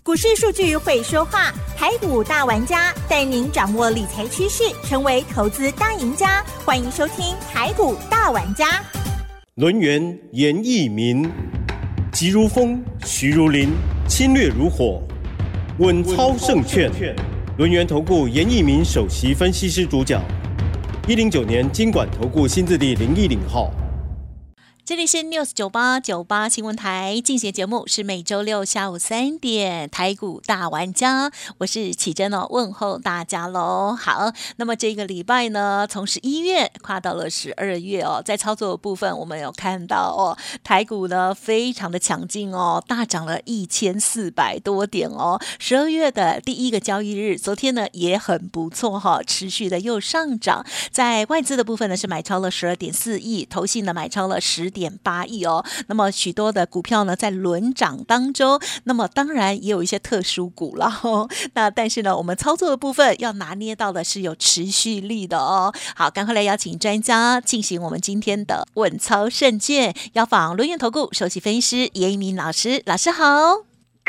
股市数据会说话，台股大玩家带您掌握理财趋势，成为投资大赢家。欢迎收听台股大玩家。 轮源严义民，急如风，徐如林，侵略如火，稳操胜券。轮源投顾严义民首席分析师主讲，109年金管投顾新字第010号。 这里是 News 9898新闻台，进行节目是每周六下午3点台股大玩家，我是启真哦，问候大家喽。好，那么这个礼拜呢，从11月跨到了12月哦，在操作的部分我们有看到哦，台股呢非常的强劲哦，大涨了1400多点哦。12月的第一个交易日，昨天呢也很不错哈，持续的又上涨。在外资的部分呢是买超了12.4亿，投信呢买超了10.8亿哦，那么许多的股票呢在轮涨当中，那么当然也有一些特殊股啦哦。那但是呢，我们操作的部分要拿捏到的是有持续力的哦。好，赶快来邀请专家进行我们今天的稳操胜券，邀访轮源投顾首席分析师严一鸣老师，老师好。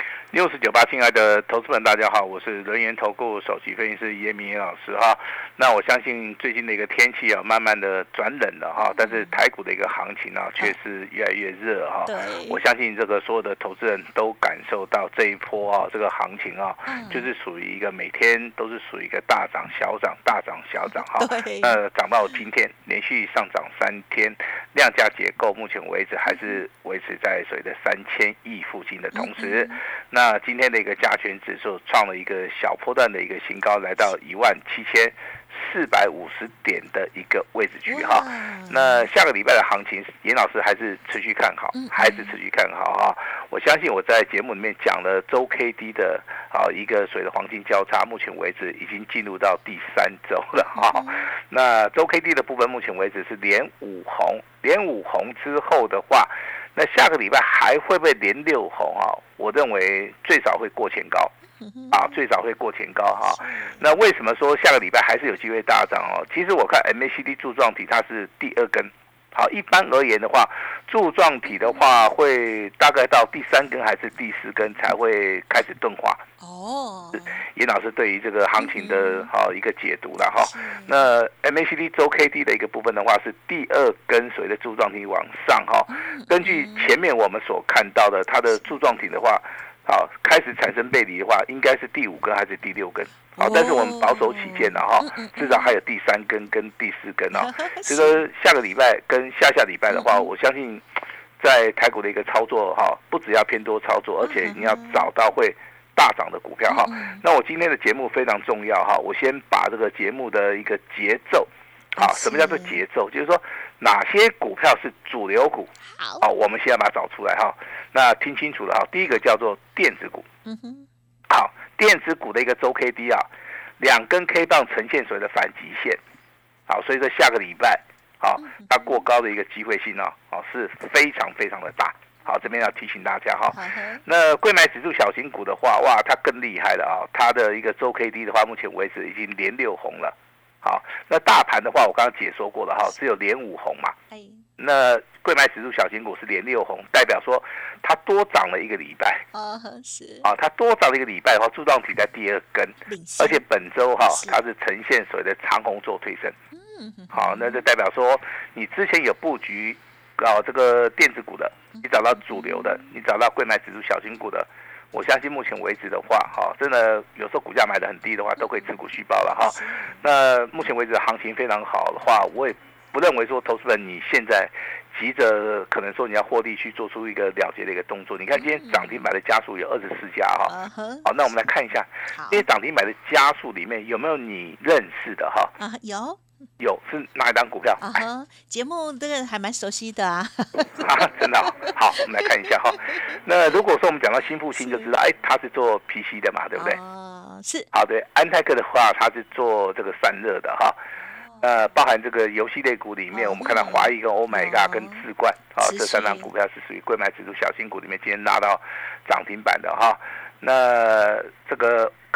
News98，亲爱的投资们，大家好，我是轮源投顾首席分析师严明老师哈。那我相信最近的一个天气啊，慢慢的转冷了哈，但是台股的一个行情啊，却是越来越热哈。我相信这个所有的投资人都感受到这一波啊，这个行情啊，就是属于一个每天都是属于一个大涨小涨、大涨小涨哈。涨到今天连续上涨3天，量价结构目前为止还是维持在所谓的3000亿附近的同时。那今天的一个加权指数创了一个小波段的一个新高，来到17450点的一个位置区哈。那下个礼拜的行情，严老师还是持续看好，哈。我相信我在节目里面讲了周 K D 的一个所谓的黄金交叉，目前为止已经进入到第3周了哈。那周 K D 的部分，目前为止是连5红，连5红之后的话，那下个礼拜还会不会连6红啊？我认为最少会过前高，最少会过前高哈。那为什么说下个礼拜还是有机会大涨哦？其实我看 MACD 柱状体它是第2根，好，一般而言的话，柱状体的话会大概到第3根还是第4根才会开始钝化。严老师对于这个行情的一个解读了哈。那 MACD 周 K D 的一个部分的话是第2根所谓的柱状体往上哈。根据前面我们所看到的，它的柱状体的话，开始产生背离的话，应该是第5根还是第6根？但是我们保守起见了哈，至少还有第3根跟第4根啊。所以说下个礼拜跟下礼拜的话，我相信在台股的一个操作哈，不只要偏多操作，而且你要找到会大涨的股票哈。那我今天的节目非常重要哈，我先把这个节目的一个节奏，什么叫做节奏？就是说哪些股票是主流股，我们现在把它找出来哈。那听清楚了哈，第一个叫做电子股，好，电子股的一个周 K D 2根 K 棒呈现所谓的反极线，好，所以说下个礼拜，它过高的一个机会性是非常非常的大。好，这边要提醒大家哈。那贵买指数小型股的话，哇，它更厉害了它的一个周 K D 的话，目前为止已经连6红了。好，那大盘的话，我刚刚解说过了只有连5红嘛。那贵买指数小型股是连6红，代表说它多涨了1个礼拜。它多涨了1个礼拜的话，柱状体在第2根，而且本周它是呈现所谓的长红做推升。好，那就代表说你之前有布局这个电子股的，你找到主流的，你找到贵买指数小型股的，我相信目前为止的话，真的有时候股价买得很低的话，都可以持股续报了哈。那目前为止的行情非常好的话，我也不认为说投资人你现在急着可能说你要获利去做出一个了结的一个动作。你看今天涨停板的家数有24家哈。好，那我们来看一下这些涨停板的家数里面有没有你认识的哈？有是哪一档股票？ 节目这个还蛮熟悉的啊。 真的好，我们来看一下哈。那如果说我们讲到新复兴，就知道它是做 PC 的嘛，对不对？ 是。 好的，安泰克的话，它是做这个散热的哈。包含这个游戏类股里面，我们看到华谊跟 Oh My God 跟智冠这3档股票是属于贵买指数小型股里面今天拉到涨停板的哈。那这个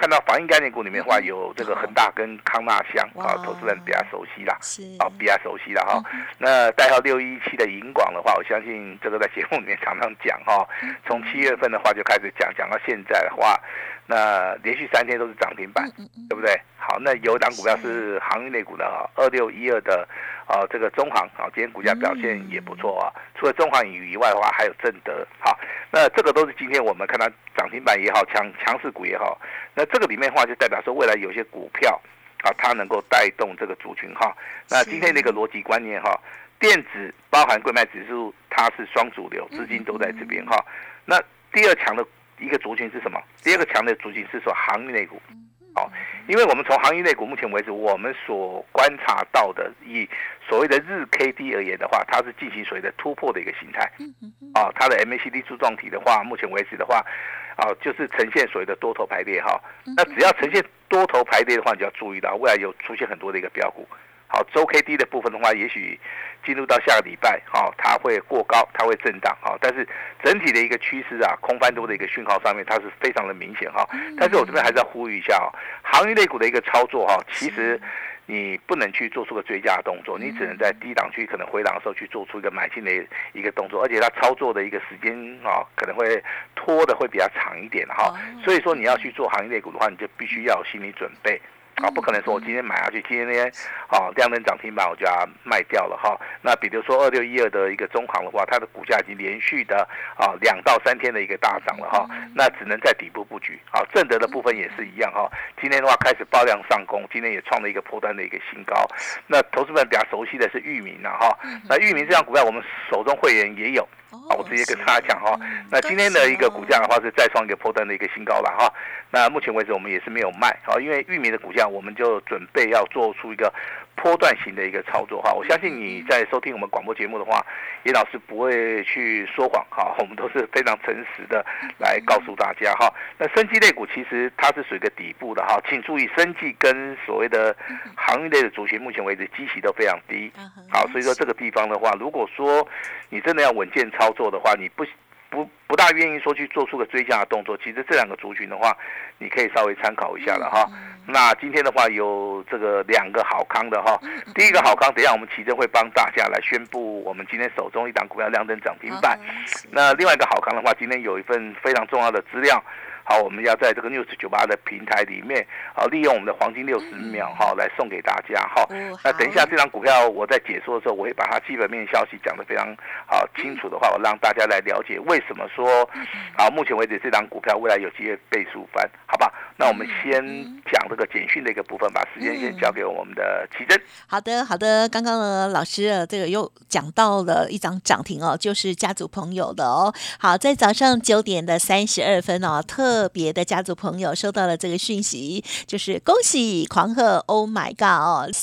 看到防疫概念股里面的话，有这个恒大跟康纳香啊，投资人比较熟悉啦，比较熟悉啦哈。那代号617的银广的话，我相信这个在节目里面常常讲哈，从7月份的话就开始讲到现在的话，那连续3天都是涨停板，对不对？好，那有一档股票是航运类股的哈，2612的这个中航啊，今天股价表现也不错啊。除了中航以外的话，还有正德。好，那这个都是今天我们看到涨停板也好，强势股也好。那这个里面的话，就代表说未来有些股票啊，它能够带动这个族群哈。那今天的一个逻辑观念哈，电子包含柜买指数，它是双主流，资金都在这边哈。那第二强的一个族群是什么？第二个强的族群是说航运类股。好，因为我们从航运类股目前为止，我们所观察到的，以所谓的日 K D 而言的话，它是进行所谓的突破的一个形态。它的 MACD 柱状体的话，目前为止的话，就是呈现所谓的多头排列哈。那只要呈现多头排列的话，你就要注意到未来有出现很多的一个标股。好，周 K D 的部分的话，也许进入到下个礼拜，它会过高，它会震荡，但是整体的一个趋势啊，空翻多的一个讯号上面，它是非常的明显哈。但是我这边还是要呼吁一下航运类股的一个操作哈，其实你不能去做出个追加的动作，你只能在低档区可能回档的时候去做出一个买进的一个动作，而且它操作的一个时间可能会拖的会比较长一点哈。所以说你要去做航运类股的话，你就必须要有心理准备。不可能说我今天买下去，今天亮灯涨停板我就要卖掉了哈。那比如说2612的一个中航的话，它的股价已经连续的2到3天的一个大涨了哈。那只能在底部布局。正德的部分也是一样哈。今天的话开始爆量上攻，今天也创了一个波段的一个新高。那投资们比较熟悉的是裕民啊哈。那裕民这张股票我们手中会员也有。我直接跟大家讲哈，那今天的一个股价的话是再创一个波段的一个新高了哈。那目前为止我们也是没有卖，因为裕民的股价我们就准备要做出一个波段型的一个操作哈。我相信你在收听我们广播节目的话，严老师不会去说谎哈，我们都是非常诚实的来告诉大家哈。那生技类股其实它是属于一个底部的哈，请注意生技跟所谓的航运类的族群目前为止基期都非常低，好，所以说这个地方的话，如果说你真的要稳健操作的话，你不大愿意说去做出个追加的动作，其实这两个族群的话，你可以稍微参考一下了哈。那今天的话有这个2个好康的哈，第一个好康，等一下我们奇珍会帮大家来宣布我们今天手中一档股票亮灯涨停板。那另外一个好康的话，今天有一份非常重要的资料。好，我们要在这个 News98 的平台里面，利用我们的黄金60秒来送给大家哈。那等一下这张股票我在解说的时候，我会把它基本面消息讲得非常清楚的话，我让大家来了解为什么说目前为止这张股票未来有机会倍数翻，好吧？那我们先讲这个简讯的一个部分，把时间先交给我们的奇珍。 好的，刚刚呢老师这个又讲到了一张涨停就是家族朋友的好，在早上9点的32分特别的家族朋友收到了这个讯息，就是恭喜狂贺 ，Oh my God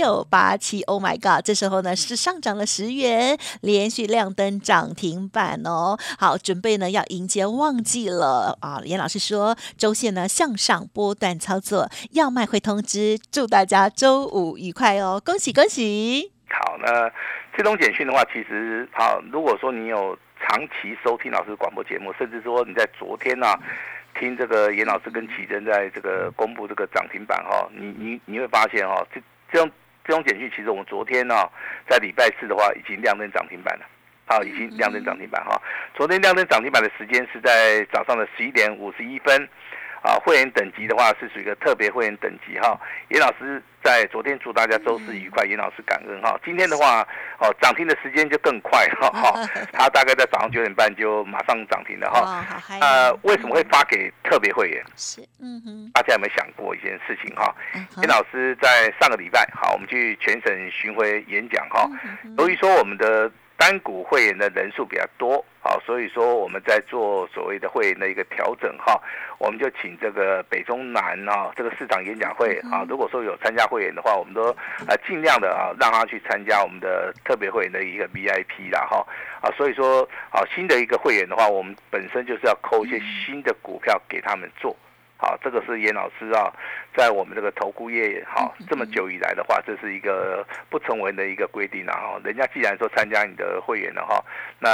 3687 ，Oh my God， 这时候呢是上涨了10元，连续亮灯涨停板好，准备呢要迎接旺季了严老师说周线呢向上波段操作，要卖会通知，祝大家周五愉快恭喜恭喜！ 好，那这种简讯的话，其实如果说你有长期收听老师广播节目，甚至说你在昨天听这个严老师跟奇珍在这个公布这个涨停板你会发现这种简讯，其实我们昨天在礼拜4的话已经亮灯涨停板了，已经亮灯涨停板昨天亮灯涨停板的时间是在早上的11点51分。会员等级的话是属于一个特别会员等级严老师在昨天祝大家周四愉快，严老师感恩今天的话涨停的时间就更快他大概在早上9点半就马上涨停了为什么会发给特别会员？是大家有没有想过一件事情严老师在上个礼拜我们去全省巡回演讲由于说我们的单股会员的人数比较多所以说我们在做所谓的会员的一个调整我们就请这个北中南这个市场演讲会如果说有参加会员的话，我们都尽量的让他去参加我们的特别会员的一个 VIP 啦所以说新的一个会员的话，我们本身就是要扣一些新的股票给他们做。这个是严老师在我们这个投顾业这么久以来的话，这是一个不成文的一个规定人家既然说参加你的会员了那你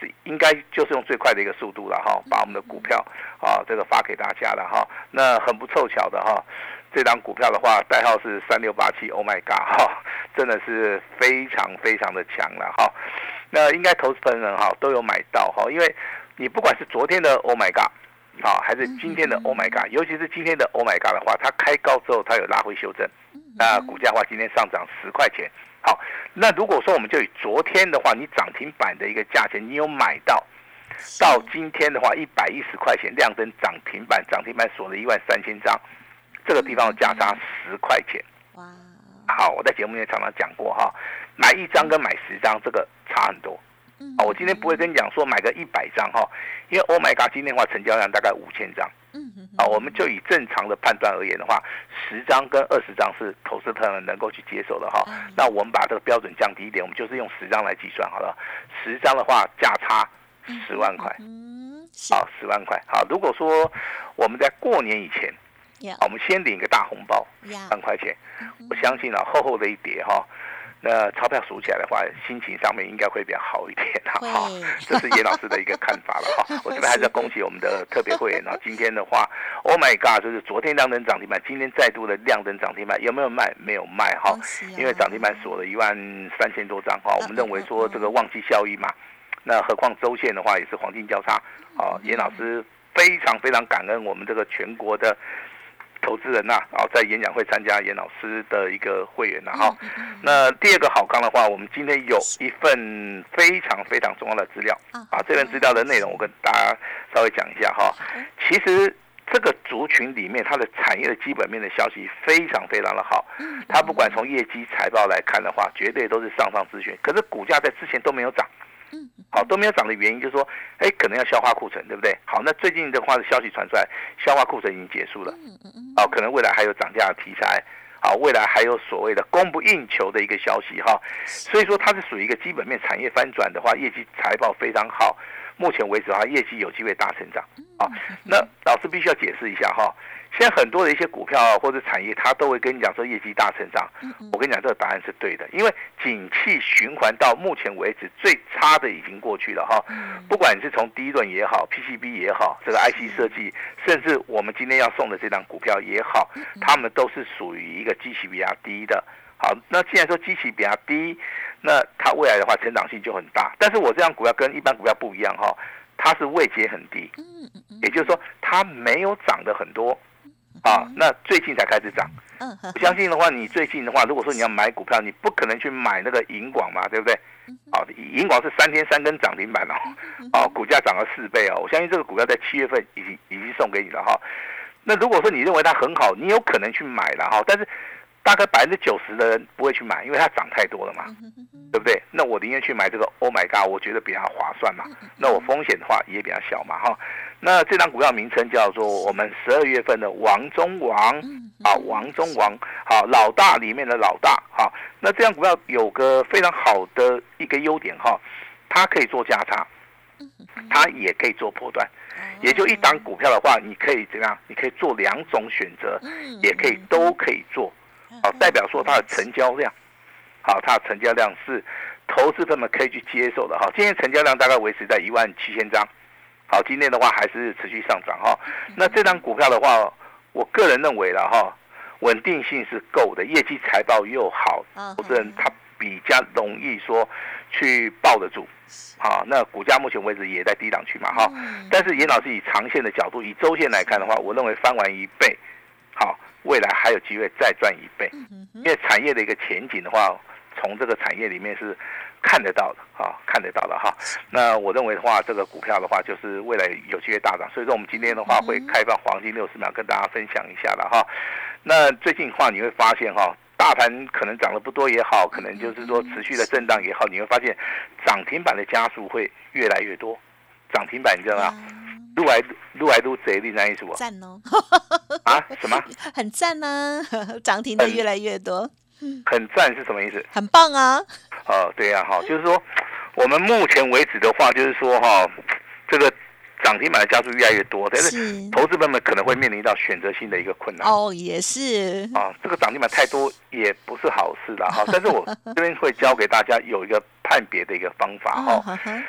应该就是用最快的一个速度了哈，把我们的股票啊这个发给大家了哈。那很不凑巧的哈，这张股票的话代号是3687 ，Oh my God 哈，真的是非常非常的强了哈。那应该投资朋友人哈都有买到哈，因为你不管是昨天的 Oh my God 好，还是今天的 Oh my God， 尤其是今天的 Oh my God 的话，它开高之后它有拉回修正，那股价的话今天上涨10块钱。好，那如果说我们就以昨天的话，你涨停板的一个价钱，你有买到今天的话110块钱，亮灯涨停板锁了13000张，这个地方的价差10块钱。哇！好，我在节目里面常常讲过哈，买1张跟买10张这个差很多。我今天不会跟你讲说买个100张哈，因为 Oh my God 今天的话成交量大概5000张。我们就以正常的判断而言的话，10张跟20张是投资朋友能够去接受的哈。那我们把这个标准降低一点，我们就是用10张来计算好了。10张的话价差10万块，好，10万块。好，如果说我们在过年以前，我们先领一个大红包，1万块钱，我相信啊，厚厚的一叠哈。那钞票数起来的话，心情上面应该会比较好一点哈。这是严老师的一个看法了哈。我这边还是要恭喜我们的特别会员啊。今天的话 ，Oh my God， 就是昨天亮灯涨停板，今天再度的亮灯涨停板，有没有卖？没有卖哈，因为涨停板锁了13000多张哈。我们认为说这个旺季效益嘛，那何况周线的话也是黄金交叉啊。严老师非常非常感恩我们这个全国的投资人在演讲会参加严老师的一个会员哈。那第二个好康的话，我们今天有一份非常非常重要的资料这份资料的内容我跟大家稍微讲一下哈。其实这个族群里面它的产业的基本面的消息非常非常的好，它不管从业绩财报来看的话，绝对都是上上之选。可是股价在之前都没有涨。好，都没有涨的原因就是说，可能要消化库存，对不对？好，那最近的话的消息传出来，消化库存已经结束了，可能未来还有涨价的题材，好，未来还有所谓的供不应求的一个消息哈，所以说它是属于一个基本面产业翻转的话，业绩财报非常好，目前为止的话，业绩有机会大成长啊。那老师必须要解释一下哈。现在很多的一些股票或者产业，它都会跟你讲说业绩大成长。我跟你讲，这个答案是对的，因为景气循环到目前为止最差的已经过去了哈。不管你是从第一轮也好 ，PCB 也好，这个 IC 设计，甚至我们今天要送的这张股票也好，它们都是属于一个基期比较低的。好，那既然说基期比较低，那它未来的话成长性就很大。但是我这张股票跟一般股票不一样哈，它是位阶很低，也就是说它没有涨的很多。那最近才开始涨。我相信的话，你最近的话，如果说你要买股票，你不可能去买那个银广嘛，对不对？银广是3天3根涨停板股价涨了4倍我相信这个股票在7月份已经送给你了哈。那如果说你认为它很好，你有可能去买了哈，但是大概90%的人不会去买，因为它涨太多了嘛，对不对？那我宁愿去买这个 Oh my God， 我觉得比较划算嘛。那我风险的话也比较小嘛哈。那这张股票名称叫做我们12月份的王中王王中王老大里面的老大那这张股票有个非常好的一个优点哈，它可以做价差，它也可以做波段，也就一档股票的话，你可以怎么样？你可以做2种选择，也可以都可以做。代表说它的成交量，它的成交量是投资者们可以去接受的今天成交量大概维持在17000张。好，今天的话还是持续上涨那这张股票的话，我个人认为了稳定性是够的，业绩财报又好，投资人他比较容易说去抱得住。那股价目前为止也在低档区嘛但是严老师以长线的角度，以周线来看的话，我认为翻完1倍，未来还有机会再赚1倍，因为产业的一个前景的话，从这个产业里面是看得到的看得到的那我认为的话，这个股票的话就是未来有机会大涨，所以说我们今天的话会开放黄金60秒跟大家分享一下了那最近的话你会发现大盘可能涨得不多也好，可能就是说持续的震荡也好，你会发现涨停板的家数会越来越多。涨停板你知道吗？撸来撸贼的那意思赞什么？ 很赞涨停的越来越多。 很赞是什么意思？ 很棒啊！ 对就是说我们目前为止的话，就是说这个涨停板的家数越来越多，但是投资者们可能会面临到选择性的一个困难。 也是这个涨停板太多也不是好事啦但是我这边会教给大家有一个判别的一个方法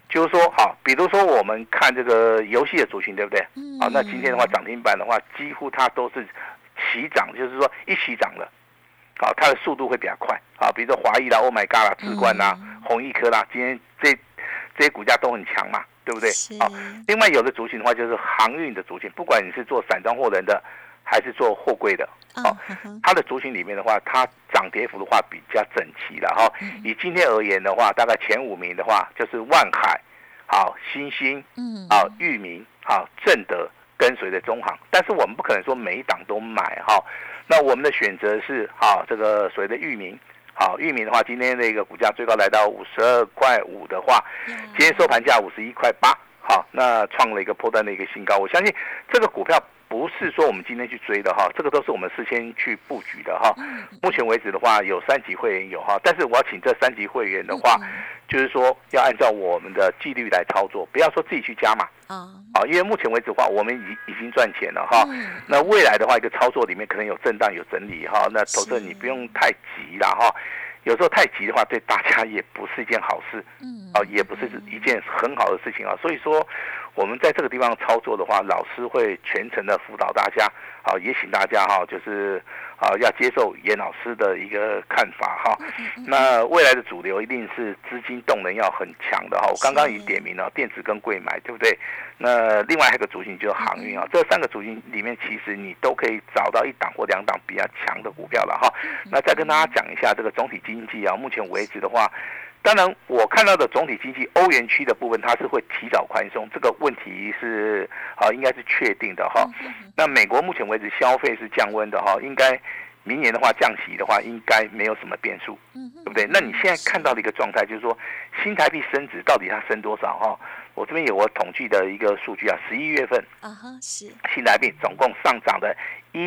就是说，好，比如说我们看这个游戏的族群，对不对？好，那今天的话涨停板的话，几乎它都是齐涨，就是说一起涨了。好，它的速度会比较快。啊，比如说华谊啦、Oh my God 啦、智冠啦、宏益科啦，今天这些股价都很强嘛，对不对？好，另外有的族群的话就是航运的族群，不管你是做散装货人的，还是做货柜的，哦，它的族群里面的话，它涨跌幅的话比较整齐了哈。以今天而言的话，大概前5名的话就是万海、好新兴、好裕民、好正德，跟随着中航，但是我们不可能说每一档都买哈。那我们的选择是好这个所谓的裕民。好，裕民的话，今天那个股价最高来到52.5块的话，今天收盘价51.8块。好，那创了一个波段的一个新高。我相信这个股票不是说我们今天去追的哈，这个都是我们事先去布局的哈。目前为止的话，有3级会员有哈，但是我要请这3级会员的话，就是说要按照我们的纪律来操作，不要说自己去加码。好，因为目前为止的话，我们已经赚钱了哈。那未来的话，一个操作里面可能有震荡、有整理哈。那投资人你不用太急啦哈。有时候太急的话，对大家也不是一件好事，也不是一件很好的事情啊。所以说，我们在这个地方操作的话，老师会全程的辅导大家，啊，也请大家哈，就是要接受严老师的一个看法哈。那未来的主流一定是资金动能要很强的哈。我刚刚已经点名了电子跟柜买，对不对？那另外还有一个族群就是航运啊，这3个族群里面，其实你都可以找到1档或2档比较强的股票了哈。那再跟大家讲一下这个总体经济啊，目前为止的话，当然我看到的总体经济欧元区的部分，它是会提早宽松，这个问题是应该是确定的哈。那美国目前为止消费是降温的哈，应该明年的话降息的话，应该没有什么变数，对不对？那你现在看到的一个状态就是说，新台币升值到底它升多少哈？我这边有我统计的一个数据啊，11月份是新台币总共上涨的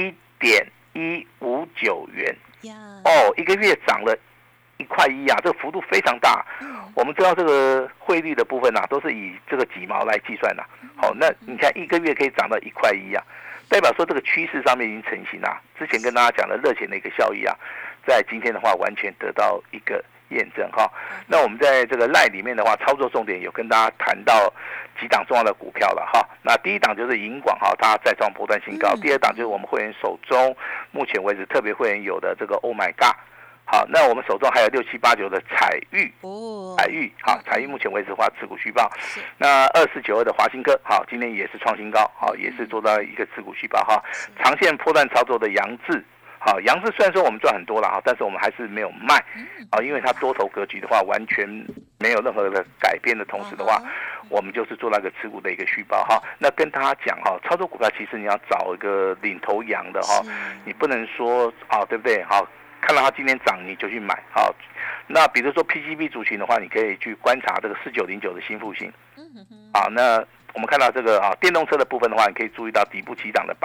1.159元，一个月涨了1.1块啊，这个幅度非常大。我们知道这个汇率的部分啊，都是以这个几毛来计算的。好，那你看一个月可以涨到1.1块啊，代表说这个趋势上面已经成型了。之前跟大家讲的热钱的一个效益啊，在今天的话完全得到一个验证哈。那我们在这个LINE里面的话，操作重点有跟大家谈到几档重要的股票了哈。那第一档就是银广哈，它再创波段新高。第二档就是我们会员手中目前为止特别会员有的这个 Oh my God。好，那我们手中还有6789的彩玉，好，彩玉目前为止的话持股续报。那2492的华新科，好，今天也是创新高，好，也是做到一个持股续报哈。长线波段操作的扬智，好，扬智虽然说我们赚很多了哈，但是我们还是没有卖，啊，因为它多头格局的话完全没有任何的改变的同时的话，我们就是做那个持股的一个续报哈。那跟大家讲哈，操作股票其实你要找一个领头羊的哈，你不能说对不对？好。看到它今天涨你就去买，好，那比如说 PCB 族群的话，你可以去观察这个4909的新复兴，那我们看到这个电动车的部分的话，你可以注意到底部起涨的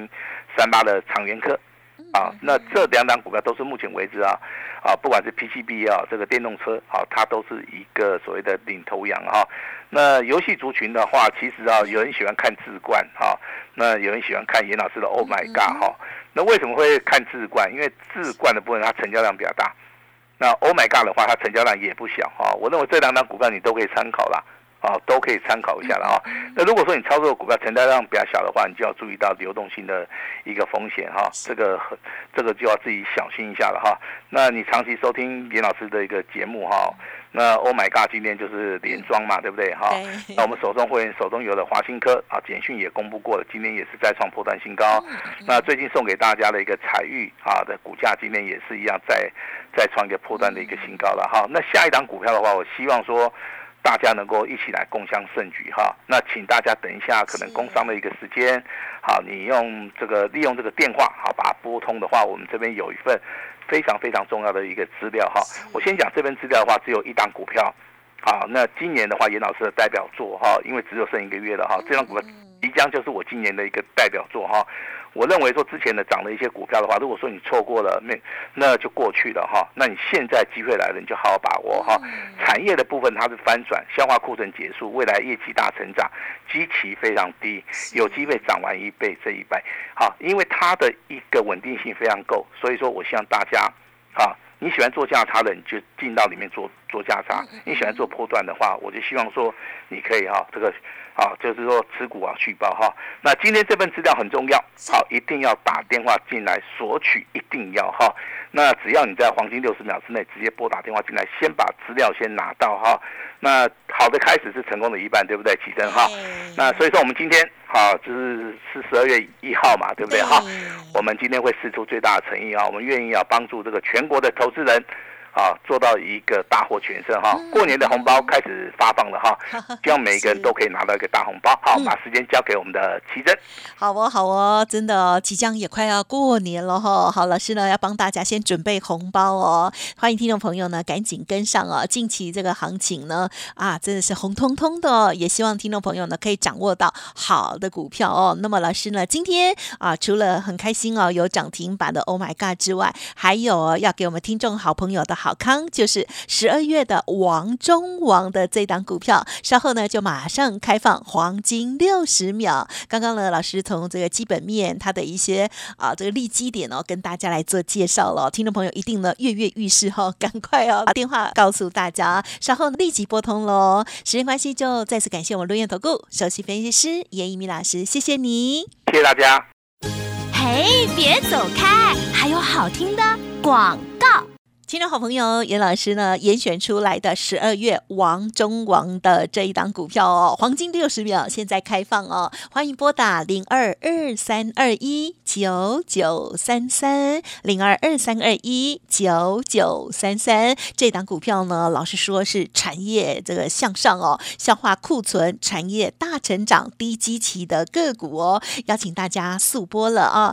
8038的长源科，那这2档股票都是目前为止不管是 PCB 这个电动车它都是一个所谓的领头羊哈。那游戏族群的话，其实有人喜欢看智冠那有人喜欢看严老师的 Oh my God 哈。那为什么会看智冠？因为智冠的部分它成交量比较大，那 Oh my God 的话，它成交量也不小我认为这2档股票你都可以参考啦。都可以参考一下了那如果说你操作的股票成交量比较小的话，你就要注意到流动性的一个风险这个就要自己小心一下了哈。那你长期收听严老师的一个节目那 Oh my God 今天就是连庄嘛，对不对那我们手中会员手中有的华新科简讯也公布过了，今天也是再创波段新高。那最近送给大家的一个彩玉的股价今天也是一样再创一个波段的一个新高了哈。那下一档股票的话，我希望说大家能够一起来共襄盛举哈。那请大家等一下可能工商的一个时间，好，你利用这个电话把它拨通的话，我们这边有一份非常非常重要的一个资料哈。我先讲这份资料的话，只有1档股票，好，那今年的话严老师的代表作因为只有剩1个月了这档股票即将就是我今年的一个代表作我认为说之前的涨的一些股票的话，如果说你错过了，那就过去了那你现在机会来了，你就好好把握产业的部分它是翻转，消化库存结束，未来业绩大成长，基期非常低，有机会涨完1倍这1倍因为它的一个稳定性非常够，所以说我希望大家你喜欢做价差的，你就进到里面做做价差，你喜欢做波段的话，我就希望说你可以这个就是说持股续报哈。那今天这份资料很重要，一定要打电话进来索取，一定要哈。那只要你在黄金60秒之内直接拨打电话进来，先把资料先拿到哈。那好的开始是成功的一半，对不对？起身哈。那所以说我们今天就是12月1号嘛，对不对哈？我们今天会释出最大的诚意我们愿意帮助这个全国的投资人。做到一个大获全胜哈！过年的红包开始发放了哈，希望每一个人都可以拿到一个大红包。好，把时间交给我们的奇珍。 好哦，真的即将也快要过年了哈。好，老师呢要帮大家先准备红包哦。欢迎听众朋友呢赶紧跟上近期这个行情呢真的是红彤彤的也希望听众朋友呢可以掌握到好的股票那么老师呢今天除了很开心有涨停板的 Oh my God 之外，还有要给我们听众好朋友的好康，就是12月的王中王的这档股票，稍后呢就马上开放黄金60秒。刚刚呢老师从这个基本面它的一些这个利基点跟大家来做介绍了，听众朋友一定呢跃跃欲试赶快把电话告诉大家，稍后立即拨通咯。时间关系就再次感谢我们轮源投顾首席分析师严一鸣老师，谢谢你， 谢谢大家。 嘿，别走开，还有好听的广告。 亲爱的好朋友，严老师呢严选出来的12月王中王的这一档股票黄金60秒现在开放欢迎拨打0223219933 0223219933。这档股票呢，老师说是产业这个向上消化库存，产业大成长，低基期的个股邀请大家速拨了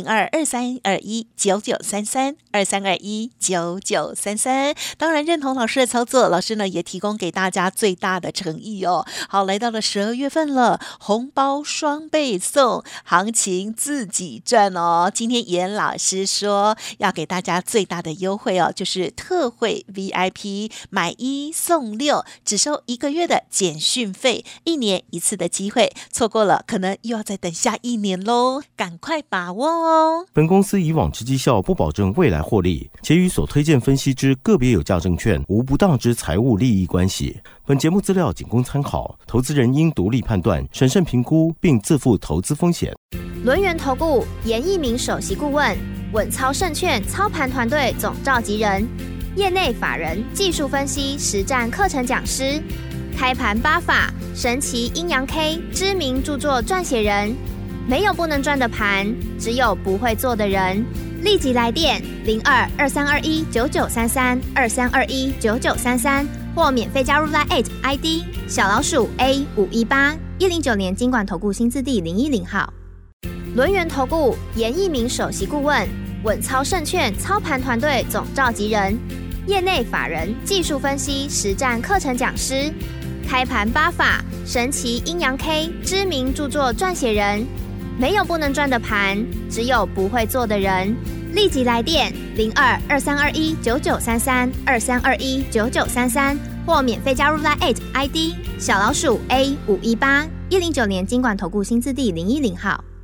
0223219933 23219933。当然认同老师的操作，老师呢也提供给大家最大的诚意好，来到了12月份了，红包双倍送，行情自己赚今天严老师说要给大家最大的优惠就是特惠 VIP 买1送6，只收1个月的简讯费，1年1次的机会，错过了可能又要再等下1年咯，赶快把握本公司以往之绩效不保证未来获利，且与所推荐分析之个别有价证券无不当之财务利益关系。本节目资料仅供参考，投资人应独立判断、审慎评估，并自负投资风险。 轮源投顾严一鸣首席顾问，稳操胜券操盘团队总召集人，业内法人、技术分析、实战课程讲师，开盘8法、神奇阴阳 K 知名著作撰写人。没有不能赚的盘，只有不会做的人。立即来电0223219933 23219933，或免费加入 LINE@ ID 小老鼠 A518。109年金管投顾新字第010号。轮源投顾严一鸣首席顾问，稳操胜券操盘团队总召集人，业内法人、技术分析、实战课程讲师，开盘8法、神奇阴阳 K 知名著作撰写人。没有不能赚的盘，只有不会做的人。立即来电0223219933 23219933，或免费加入 LINE@ ID 小老鼠 A518。109年金管投顾新字第010号。